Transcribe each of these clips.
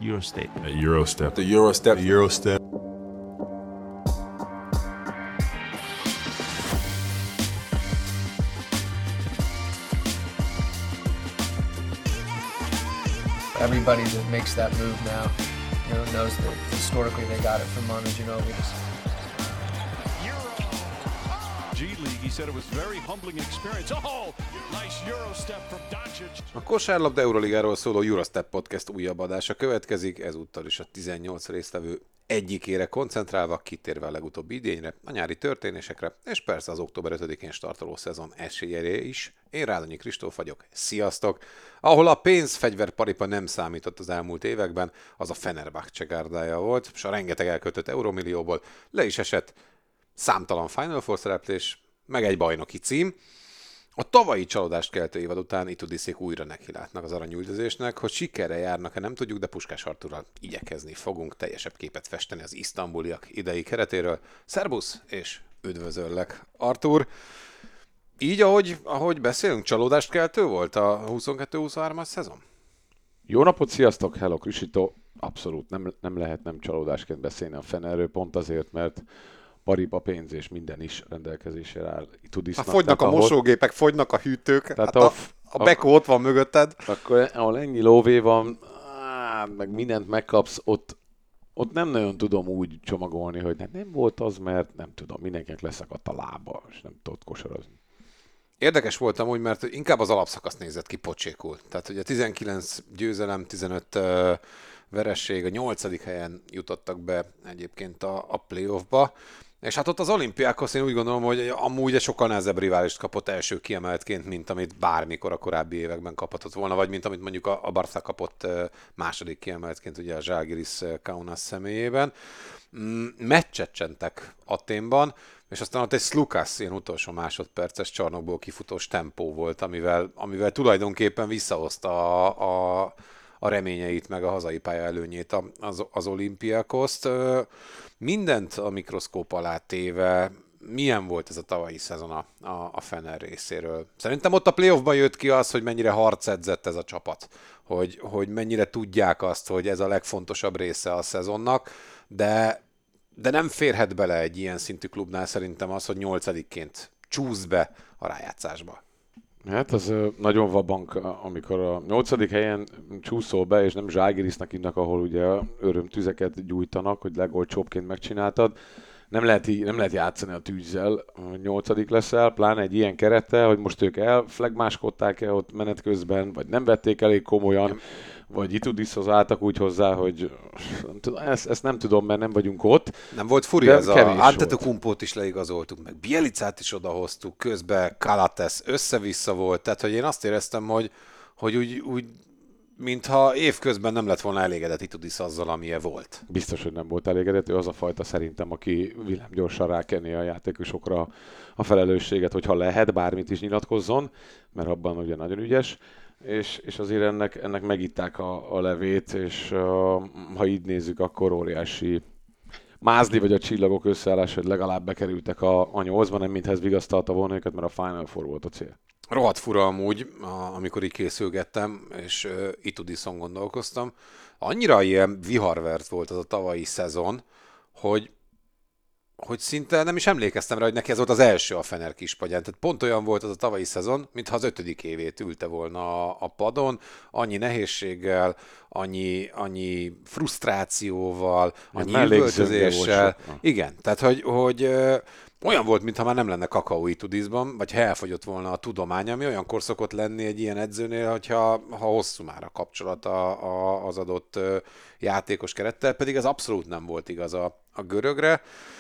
Eurostep. Eurostep. The Eurostep. The Eurostep. Everybody that makes that move now, knows that historically they got it from Manu Ginobili. G League, he said it was very humbling experience. Oh, nice Eurostep from Doncic. A kosárlabda Euroligáról szóló Eurostep podcast újabb adása következik, ezúttal is a 18 résztvevő egyikére koncentrálva, kitérve a legutóbbi idényre, a nyári történésekre, és persze az október 5-én startoló szezon esélyére is. Én Rádonyi Kristóf vagyok, sziasztok! Ahol a pénzfegyverparipa nem számított az elmúlt években, az a Fenerbahce gárdája volt, és a rengeteg elköltött euromillióból le is esett számtalan Final Four szereplés, meg egy bajnoki cím. A tavalyi csalódást keltő évad után Itudiszék újra nekilátnak az aranyüldözésnek, hogy sikerre járnak-e nem tudjuk, de Puskás Artúrral igyekezni fogunk teljesebb képet festeni az isztambuliak idei keretéről. Szerbusz, és üdvözöllek, Artúr! Így, ahogy beszélünk, csalódást keltő volt a 22-23-as szezon? Jó napot, sziasztok, hello, Krisito! Abszolút nem lehet nem csalódásként beszélni a Fenerről, pont azért, mert paripa, pénz és minden is rendelkezésére áll Itudisznak. Fogynak a mosógépek, fogynak a hűtők, tehát a Beko ott van mögötted. Akkor ahol ennyi lóvé van, meg mindent megkapsz, ott nem nagyon tudom úgy csomagolni, hogy nem volt az, mert nem tudom, mindenkinek leszakadt a lába, és nem tudott kosarazni. Érdekes volt amúgy, mert inkább az alapszakasz nézett ki pocsékul. Tehát ugye 19 győzelem, 15 veresség, a 8. helyen jutottak be egyébként a playoffba. És hát ott az Olympiákhoz én úgy gondolom, hogy amúgy egy sokkal nehezebb riválist kapott első kiemeltként, mint amit bármikor a korábbi években kaphatott volna, vagy mint amit mondjuk a Barca kapott második kiemeltként ugye a Žalgiris Kaunas személyében. Meccset csentek Athénban, és aztán ott egy Slukas ilyen utolsó másodperces csarnokból kifutós tempó volt, amivel tulajdonképpen visszahozta a reményeit, meg a hazai pálya előnyét az Olympiakoszt. Mindent a mikroszkóp alá téve, milyen volt ez a tavalyi szezon a Fener részéről? Szerintem ott a playoffban jött ki az, hogy mennyire harcedzett ez a csapat, hogy mennyire tudják azt, hogy ez a legfontosabb része a szezonnak, de nem férhet bele egy ilyen szintű klubnál szerintem az, hogy 8-ként csúsz be a rájátszásba. Hát az nagyon vabank, amikor a 8. helyen csúszol be, és nem Žalgirisnak innak, ahol ugye örömtüzeket gyújtanak, hogy legolcsóbbként megcsináltad. Nem lehet játszani a tűzzel, hogy 8. leszel, pláne egy ilyen kerettel, hogy most ők elflegmáskodták-e ott menet közben, vagy nem vették elég komolyan, vagy Itudiszhoz álltak úgy hozzá, hogy ezt nem tudom, mert nem vagyunk ott. Nem volt furi ez Antetokounmpót is leigazoltuk, meg Bielicát is odahoztuk, közben Kalates össze-vissza volt, tehát hogy én azt éreztem, hogy úgy mintha évközben nem lett volna elégedett Itudisz azzal, amilyen volt. Biztos, hogy nem volt elégedett, ő az a fajta szerintem, aki villámgyorsan rákenni a játékosokra a felelősséget, hogyha lehet, bármit is nyilatkozzon, mert abban ugye nagyon ügyes. És azért ennek megitták a levét, és ha így nézzük, akkor óriási mázli vagy a csillagok összeállás, hogy legalább bekerültek a 8-ban, nem mintha ez vigasztalta volna őket, mert a Final Four volt a cél. Rohadt fura amúgy, amikor így készülgettem, és Itudiszon gondolkoztam. Annyira ilyen viharvert volt az a tavalyi szezon, hogy szinte nem is emlékeztem rá, hogy neki ez volt az első a Fener kispadján. Tehát pont olyan volt az a tavalyi szezon, mintha az 5. évét ülte volna a padon, annyi nehézséggel, annyi frusztrációval, annyi üvöltözéssel. Igen, tehát hogy olyan volt, mintha már nem lenne kakaó Itudiszban, vagy ha elfogyott volna a tudomány, ami olyankor szokott lenni egy ilyen edzőnél, ha hosszú már a kapcsolata az adott játékos kerettel, pedig ez abszolút nem volt igaz a görögre.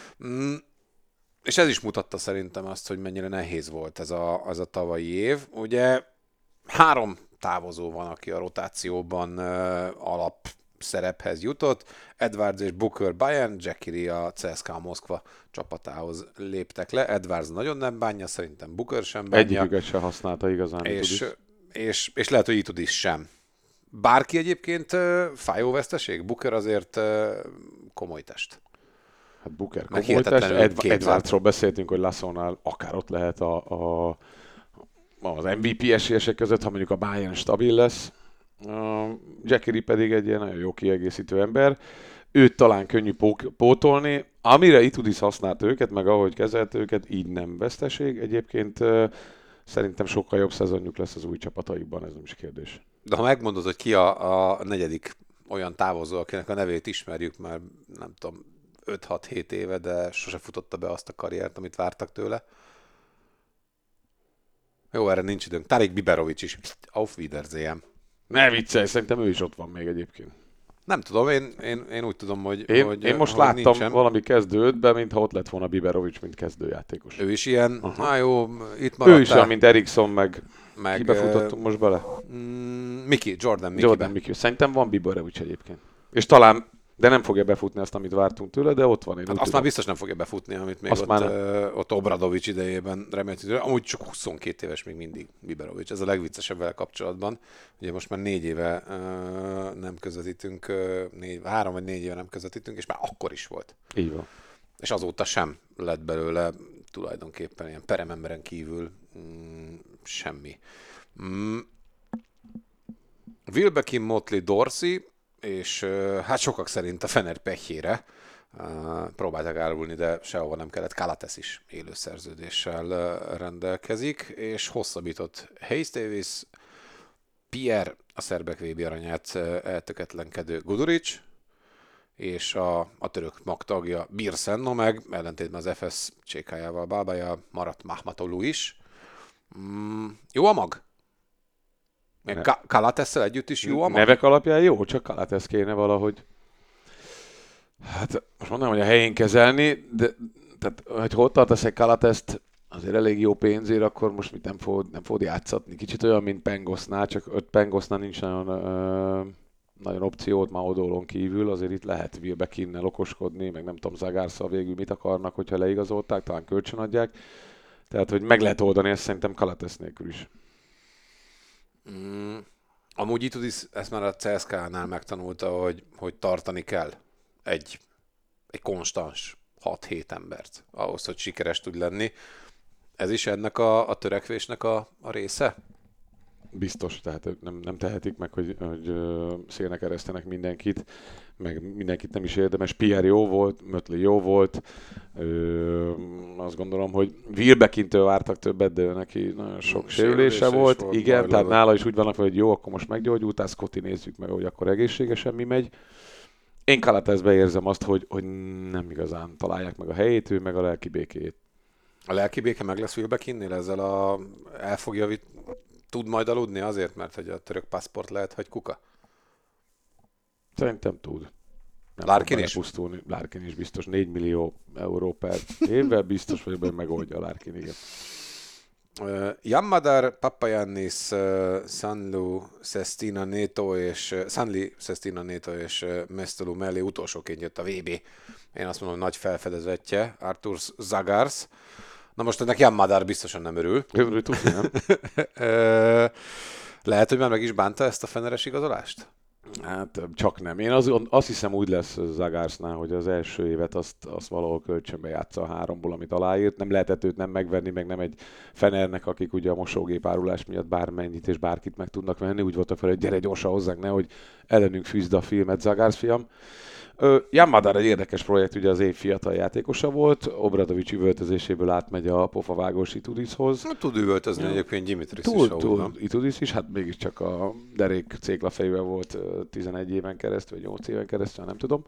És ez is mutatta szerintem azt, hogy mennyire nehéz volt ez a tavalyi év. Ugye 3 távozó van, aki a rotációban alapszerephez jutott. Edwards és Booker Bayern, Jackie a CSKA Moszkva csapatához léptek le. Edwards nagyon nem bánja, szerintem Booker sem bánja. Egyiküket sem használta igazán. És lehet, hogy Itudisz sem. Bárki egyébként fájó veszteség? Booker azért komoly test. Hát Booker komoly test. Edwardsról beszéltünk, hogy Lassonál akár ott lehet az MVP esélyesek között, ha mondjuk a Bayern stabil lesz. Jackery pedig egy ilyen nagyon jó kiegészítő ember. Őt talán könnyű pótolni. Amire Itudis használt őket, meg ahogy kezelt őket, így nem veszteség. Egyébként szerintem sokkal jobb szezonjuk lesz az új csapataikban, ez nem is kérdés. De ha megmondod, hogy ki a negyedik olyan távozó, akinek a nevét ismerjük már, nem tudom, 5-6-7 éve, de sose futotta be azt a karriert, amit vártak tőle. Jó, erre nincs időnk. Tarik Biberovic is. Auf Wiedersehen. Ne viccelj, szerintem ő is ott van még egyébként. Nem tudom, én úgy tudom, hogy... Én most láttam nincsen. Valami kezdődben, mintha ott lett volna Biberovic, mint kezdőjátékos. Ő is ilyen, jó, itt maradt. Ő is olyan, mint Eriksson, meg kibefutottunk most bele. Jordan Mickey. Szerintem van Biberovic egyébként. És talán, de nem fogja befutni azt, amit vártunk tőle, de ott van. Hát azt már biztos nem fogja befutni, amit még ott Obradovic idejében remélhetően. Amúgy csak 22 éves még mindig Biberovic. Ez a legviccesebb vele kapcsolatban. Ugye most már 4 éve nem közvetítünk, 3 vagy 4 éve nem közvetítünk, és már akkor is volt. Így van. És azóta sem lett belőle tulajdonképpen ilyen perememberen kívül semmi. Wilbekin, Motley, Dorsey, és hát sokak szerint a Fener pehjére próbálták árulni, de sehova nem kellett. Kalates is élő szerződéssel rendelkezik, és hosszabbított Hayes Davis, Pierre, a szerbek VB aranyát eltöketlenkedő Guduric, és a török magtagja Birsenno meg, ellentétben az FS csékájával bábája maradt Mahmatoglu is. Jó a mag? Kalatesszel együtt is jó a mag? Nevek alapján jó, csak Kalates kéne valahogy. Hát most mondom, hogy a helyén kezelni, de tehát, hogy hol tartasz egy Kalatest azért elég jó pénzért, akkor most mit nem fogod játszatni. Kicsit olyan, mint Pengosznál, csak Pengosznál nincs nagyon opciót már Odolon kívül, azért itt lehet Wilbekinnel okoskodni, meg nem tudom, Zagárszal végül mit akarnak, hogyha leigazolták, talán kölcsönadják. Tehát, hogy meg lehet oldani ezt szerintem Kalates nélkül is. Amúgy Itudis ezt már a CSKA-nál megtanulta, hogy tartani kell egy konstans 6-7 embert ahhoz, hogy sikeres tud lenni. Ez is ennek a törekvésnek a része? Biztos, tehát nem tehetik meg, hogy szélnek eresztenek mindenkit, meg mindenkit nem is érdemes. Pierre jó volt, Mötley jó volt, azt gondolom, hogy Wilbekintől vártak többet, de neki nagyon sok sérülése volt. Igen, tehát nála is úgy vannak, hogy jó, akkor most meggyógyultál, Scotty nézzük meg, hogy akkor egészségesen mi megy. Én Kalatesbe érzem azt, hogy nem igazán találják meg a helyét, ő meg a lelki békéjét. A lelki béke meg lesz Wilbekinnél ezzel tud majd aludni azért, mert hogy a török passzport lehet, hogy kuka? Szerintem tud. Larkin is? Larkin is biztos. 4 millió euró per évvel biztos, hogy megoldja a Larkin, igen. Jammadar, Papagiannis, Sanli Sestina Neto és Mestolu mellé utolsóként jött a VB. Én azt mondom, nagy felfedezetje, Artur Zagars. Na most ennek Jammadar biztosan nem örül. Örül tudni, nem? Lehet, hogy már meg is bánta ezt a Feneres igazolást? Hát csak nem. Én azt hiszem úgy lesz Zagarsnál, hogy az első évet azt valahol kölcsönbe játsza a 3-ból, amit aláírt. Nem lehetett őt nem megvenni, meg nem egy Fenernek, akik ugye a mosógép árulás miatt bármennyit és bárkit meg tudnak venni. Úgy voltak fel, hogy gyere gyorsan hozzánk, nehogy ellenünk fűzd a filmet, Zagars fiam. Jammadar egy érdekes projekt, ugye az év fiatal játékosa volt, Obradovic üvöltözéséből átmegy a pofavágós Itudishoz. Tud üvöltözni egyébként Dimitris is. Tud Itudis is, hát mégiscsak a derék céklafejűvel volt 11 éven keresztül, vagy 8 éven keresztül, nem tudom.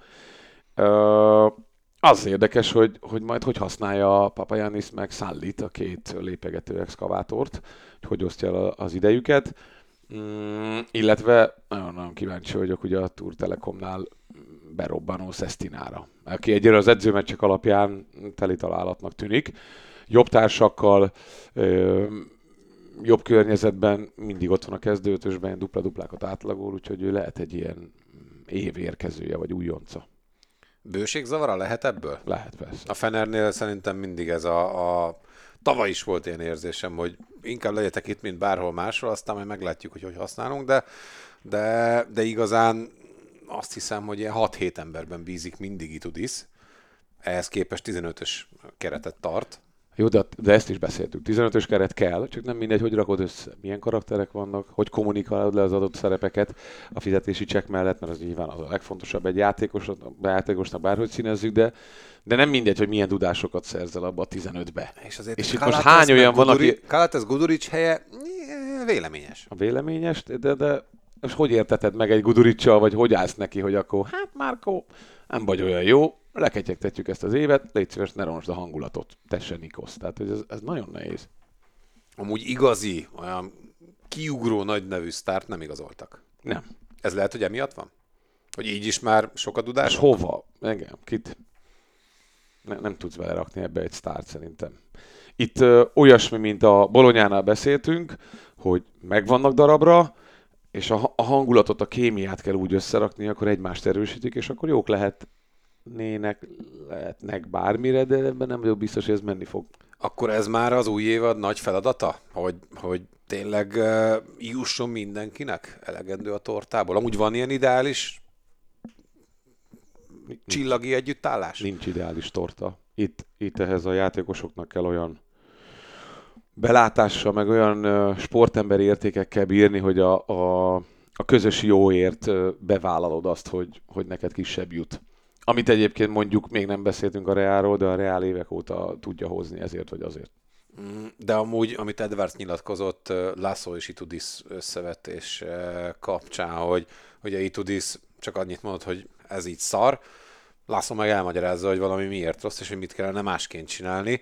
Az érdekes, hogy majd hogy használja Papagiannis meg Sallit, a két lépegető exkavátort, hogy osztja el az idejüket. Illetve nagyon-nagyon kíváncsi vagyok ugye a Tour Telekomnál berobbanó Sestinára, aki egyre az edzőmeccsek alapján teli találatnak tűnik. Jobb társakkal, jobb környezetben, mindig ott van a kezdőötösben, dupla-duplákat átlagol, úgyhogy ő lehet egy ilyen évérkezője, vagy újonca. Bőségzavara lehet ebből? Lehet, persze. A Fenernél szerintem mindig ez a tavaly is volt ilyen érzésem, hogy inkább legyetek itt, mint bárhol máshol, aztán majd meglátjuk, hogy használunk, de igazán azt hiszem, hogy ilyen 6-7 emberben bízik mindig Itudis. Ehhez képest 15-ös keretet tart. Jó, de ezt is beszéltük. 15-ös keret kell, csak nem mindegy, hogy rakod össze. Milyen karakterek vannak, hogy kommunikálod le az adott szerepeket a fizetési csekk mellett, mert az nyilván az a legfontosabb egy játékosnak bárhogy színezzük, de nem mindegy, hogy milyen tudásokat szerzel abba a 15-be. És itt most hány olyan van, aki... Kalates Guduric helye véleményes. A véleményes, de és hogy érteted meg egy Guduricsal, vagy hogy állsz neki, hogy akkor, hát Márkó, nem vagy olyan jó, leketyegtetjük ezt az évet, légy szíves, ne roncsd a hangulatot, tesse Nikosz. Tehát, hogy ez nagyon nehéz. Amúgy igazi, olyan kiugró nagy nevű sztárt nem igazoltak. Nem. Ez lehet, hogy emiatt van? Hogy így is már sok a dudás? És hova? Igen, kit? Nem tudsz belerakni ebbe egy sztárt szerintem. Itt olyasmi, mint a Bolonyánál beszéltünk, hogy megvannak darabra, és a hangulatot, a kémiát kell úgy összerakni, akkor egymást erősítik, és akkor jók lehetnek bármire, de ebben nem vagyok biztos, hogy ez menni fog. Akkor ez már az új évad nagy feladata? Hogy tényleg jusson mindenkinek elegendő a tortából? Amúgy van ilyen ideális csillagi együttállás? Nincs ideális torta. Itt ehhez a játékosoknak kell olyan belátással, meg olyan sportemberi értékekkel bírni, hogy a közös jóért bevállalod azt, hogy neked kisebb jut. Amit egyébként mondjuk még nem beszéltünk a Reálról, de a Reál évek óta tudja hozni ezért vagy azért. De amúgy, amit Edwards nyilatkozott Lasso és Itudis összevetés kapcsán, hogy a Itudis csak annyit mondott, hogy ez így szar, Lasso meg elmagyarázza, hogy valami miért rossz, és hogy mit kellene másként csinálni.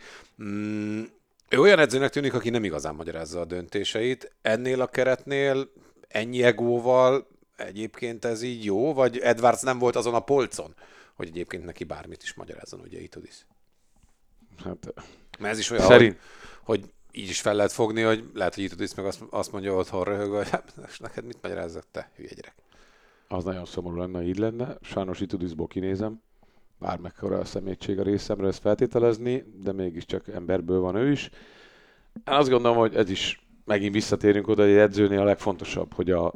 Ő olyan edzőnek tűnik, aki nem igazán magyarázza a döntéseit. Ennél a keretnél ennyi egóval egyébként ez így jó, vagy Edwards nem volt azon a polcon, hogy egyébként neki bármit is magyarázzon, ugye Itudis? Hát, mert ez is olyan, hogy így is fel lehet fogni, hogy lehet, hogy Itudis meg azt mondja otthon röhög, hogy neked mit magyarázzak te, hülye gyerek. Az nagyon szomorú lenne, ha így lenne. Sajnos Itudisból kinézem. Bármekkora a szemétség a részemre ezt feltételezni, de mégiscsak emberből van ő is. Én azt gondolom, hogy ez is megint visszatérünk oda, hogy egy edzőnél a legfontosabb, hogy a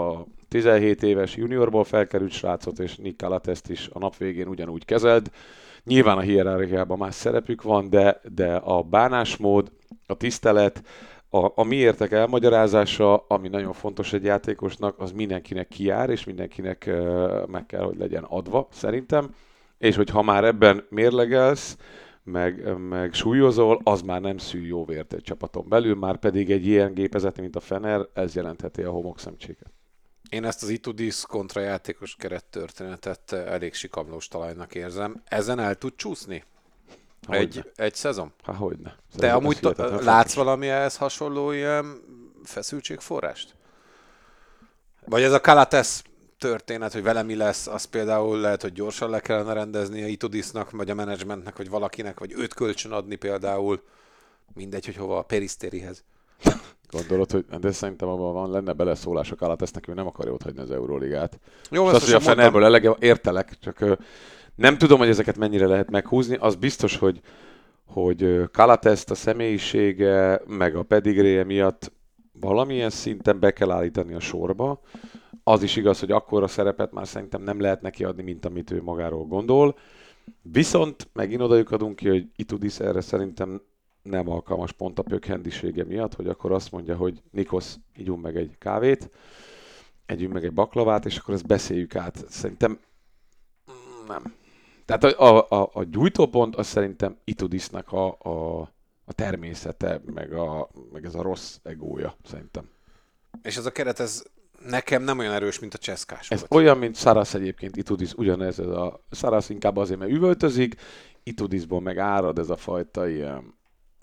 17 éves juniorból felkerült srácot és Nick Calatest is a nap végén ugyanúgy kezeld. Nyilván a hierarchiában más szerepük van, de a bánásmód, a tisztelet, a miértek elmagyarázása, ami nagyon fontos egy játékosnak, az mindenkinek kijár, és mindenkinek meg kell, hogy legyen adva, szerintem. És hogy ha már ebben mérlegelsz, meg súlyozol, az már nem szül jó vért egy csapaton belül, már pedig egy ilyen gépezet, mint a Fener, ez jelentheti a homokszemcséget. Én ezt az Itudis kontra játékos keret történetet elég sikamlós talajnak érzem. Ezen el tud csúszni? Egy szezon? Há, hogyne. Te amúgy látsz valami ehhez hasonló ilyen feszültségforrást? Vagy ez a Calatest történet, hogy vele mi lesz, az például lehet, hogy gyorsan le kellene rendezni a Itudisnak, vagy a menedzsmentnek, vagy valakinek, vagy őt kölcsön adni például. Mindegy, hogy hova, a Peristérihez. Gondolod, hogy de szerintem abban lenne beleszólás a Calatestnek, ő nem akarja otthagyni az Euróligát. Jó, azt, hogy a Fenerből elege, értelek, csak nem tudom, hogy ezeket mennyire lehet meghúzni. Az biztos, hogy Calatest a személyisége, meg a pedigréje miatt valamilyen szinten be kell állítani a sorba. Az is igaz, hogy akkora szerepet már szerintem nem lehet neki adni, mint amit ő magáról gondol. Viszont megint odajuk ki, hogy Itudis erre szerintem nem alkalmas pont a pökhendisége miatt, hogy akkor azt mondja, hogy Nikosz, ígyunk meg egy kávét, együnk meg egy baklavát, és akkor ezt beszéljük át. Szerintem nem. Tehát a gyújtópont az szerintem Itudisnak a természete, meg ez a rossz egója, szerintem. És ez a keret, ez nekem nem olyan erős, mint a Cseszkás volt. Ez olyan, mint Saras egyébként, Itudis ugyanez. Saras inkább azért, mert üvöltözik, Itudisból meg árad ez a fajta ilyen...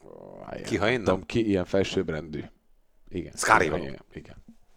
ilyen felsőbbrendű. Igen. Szkárival. Igen.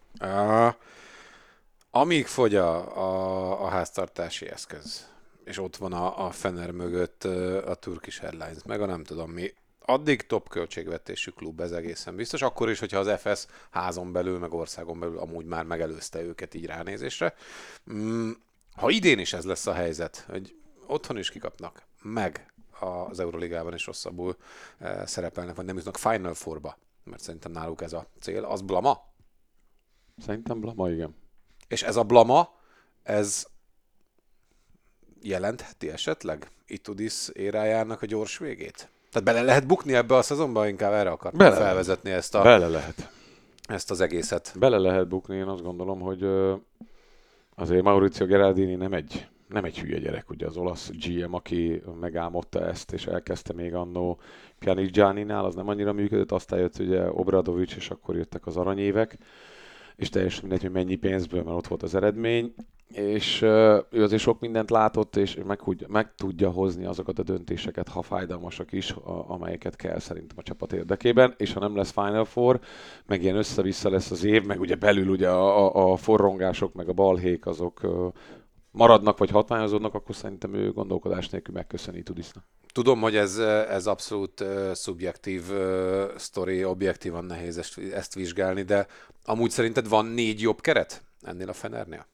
Amíg fogy a háztartási eszköz, és ott van a Fener mögött a Turkish Airlines, meg a nem tudom mi, addig top költségvetésű klub, ez egészen biztos. Akkor is, hogyha az FS házon belül, meg országon belül amúgy már megelőzte őket így ránézésre. Ha idén is ez lesz a helyzet, hogy otthon is kikapnak, meg az Euroligában is rosszabbul szerepelnek, vagy nem jutnak Final Fourba, mert szerintem náluk ez a cél, az blama? Szerintem blama, igen. És ez a blama, ez jelentheti esetleg Itudis érájának a gyors végét? Tehát bele lehet bukni ebbe a szezonba? Inkább erre akartam Bele felvezetni Bele lehet. ezt az egészet. Bele lehet bukni, én azt gondolom, hogy azért Maurizio Gerardini nem egy hülye gyerek, ugye az olasz GM, aki megálmodta ezt, és elkezdte még annó Pjanigianinál, az nem annyira működött, aztán jött ugye Obradovics, és akkor jöttek az aranyévek, és teljesen mindegy, hogy mennyi pénzből, mert ott volt az eredmény, és ő azért sok mindent látott, és meg tudja hozni azokat a döntéseket, ha fájdalmasak is, amelyeket kell szerintem a csapat érdekében, és ha nem lesz Final Four, meg ilyen össze-vissza lesz az év, meg ugye belül ugye a forrongások, meg a balhék, azok maradnak, vagy hatványozódnak, akkor szerintem ő gondolkodás nélkül megköszöni Tudisnak. Tudom, hogy ez abszolút szubjektív sztori, objektívan nehéz ezt vizsgálni, de amúgy szerinted van 4 jobb keret ennél a Fenernél?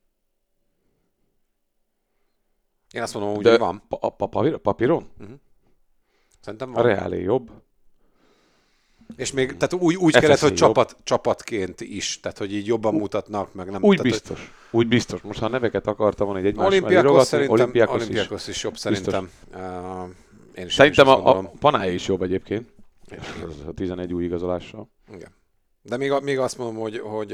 Én azt mondom, hogy van. Papíron? Uh-huh. Szerintem A van. Reálé jobb. És még tehát úgy keret, hogy csapatként is, tehát hogy így jobban mutatnak, meg nem. Úgy tehát, biztos. Úgy biztos. Most ha a neveket akartam volna, hogy egymás Olimpiakos is jobb szerintem. Szerintem a Panáé is jobb egyébként. A 11 új igazolással. Igen. De még azt mondom, hogy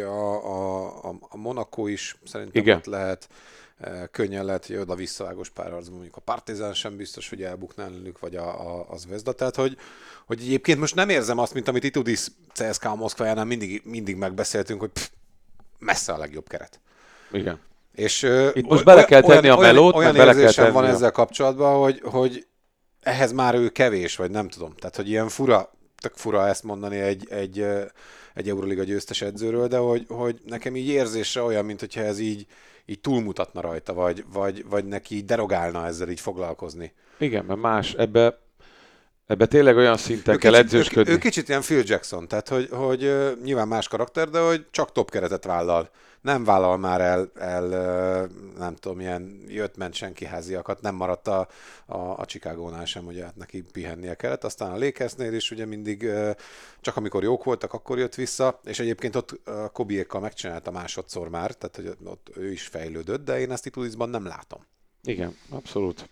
a Monaco is szerintem ott lehet, könnyen lehet, hogy oda visszavágos párharcban, mondjuk a Partizán sem biztos, hogy elbukná velük, vagy az Zvezda. Tehát, hogy egyébként most nem érzem azt, mint amit Itudis CSKA Moszkvájánál mindig megbeszéltünk, hogy messze a legjobb keret. Igen. És itt most bele kell tenni a melót, olyan érzésem van ezzel kapcsolatban, hogy ehhez már ő kevés, vagy nem tudom. Tehát, hogy ilyen tök fura ezt mondani egy Euroliga győztes edzőről, de hogy nekem így érzésre olyan, mint hogyha ez így túlmutatna rajta, vagy neki derogálna ezzel így foglalkozni. Igen, mert más, ebbe tényleg olyan szinten kell edzősködni. Ő kicsit ilyen Phil Jackson, tehát hogy nyilván más karakter, de hogy csak top keretet vállal. Nem vállal már el nem tudom, ilyen jött-ment senki háziakat, nem maradt a Chicagónál sem, ugye neki pihennie kellett. Aztán a Lakersnél is ugye mindig csak amikor jók voltak, akkor jött vissza, és egyébként ott Kobiékkal megcsinálta másodszor már, tehát hogy ott ő is fejlődött, de én ezt Itudisban nem látom. Igen, abszolút.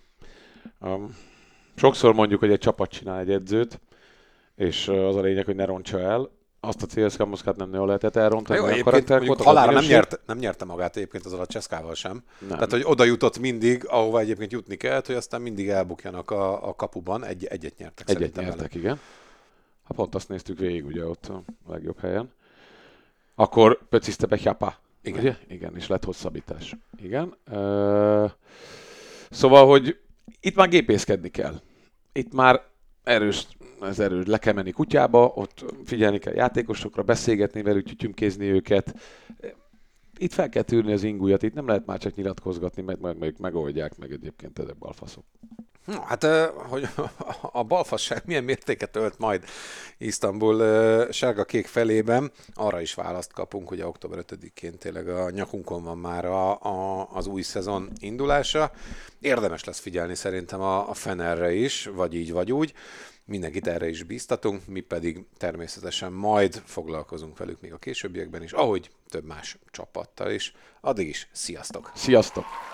Sokszor mondjuk, hogy egy csapat csinál egy edzőt, és az a lényeg, hogy ne rontsa el. Azt a CSKA Moszkvát nem nagyon lehetett elrontani. Jó, egyébként halára nem nyerte magát egyébként azzal a Cseszkával sem. Nem. Tehát, hogy oda jutott mindig, ahova egyébként jutni kellett, hogy aztán mindig elbukjanak a kapuban. Egyet nyertek. Egyet nyertek, igen. Hát pont azt néztük végig ugye ott a legjobb helyen. Akkor Pöciste Behyapa. Igen. Ugye? Igen, és lett hosszabbítás. Igen. Szóval, hogy itt már gépészkedni kell. Itt már erős, le kell menni kutyába, ott figyelni kell játékosokra, beszélgetni velük, tyütyümkézni őket. Itt fel kell tűrni az ingújat, itt nem lehet már csak nyilatkozgatni, mert majd megoldják meg egyébként ezek balfaszok. No, hát, hogy a balfasság milyen mértéket ölt majd Isztambul sárga-kék felében, arra is választ kapunk, hogy október 5-én tényleg a nyakunkon van már az új szezon indulása. Érdemes lesz figyelni szerintem a Fenerre is, vagy így, vagy úgy. Mindenkit erre is bíztatunk, mi pedig természetesen majd foglalkozunk velük még a későbbiekben is, ahogy több más csapattal is. Addig is, sziasztok! Sziasztok!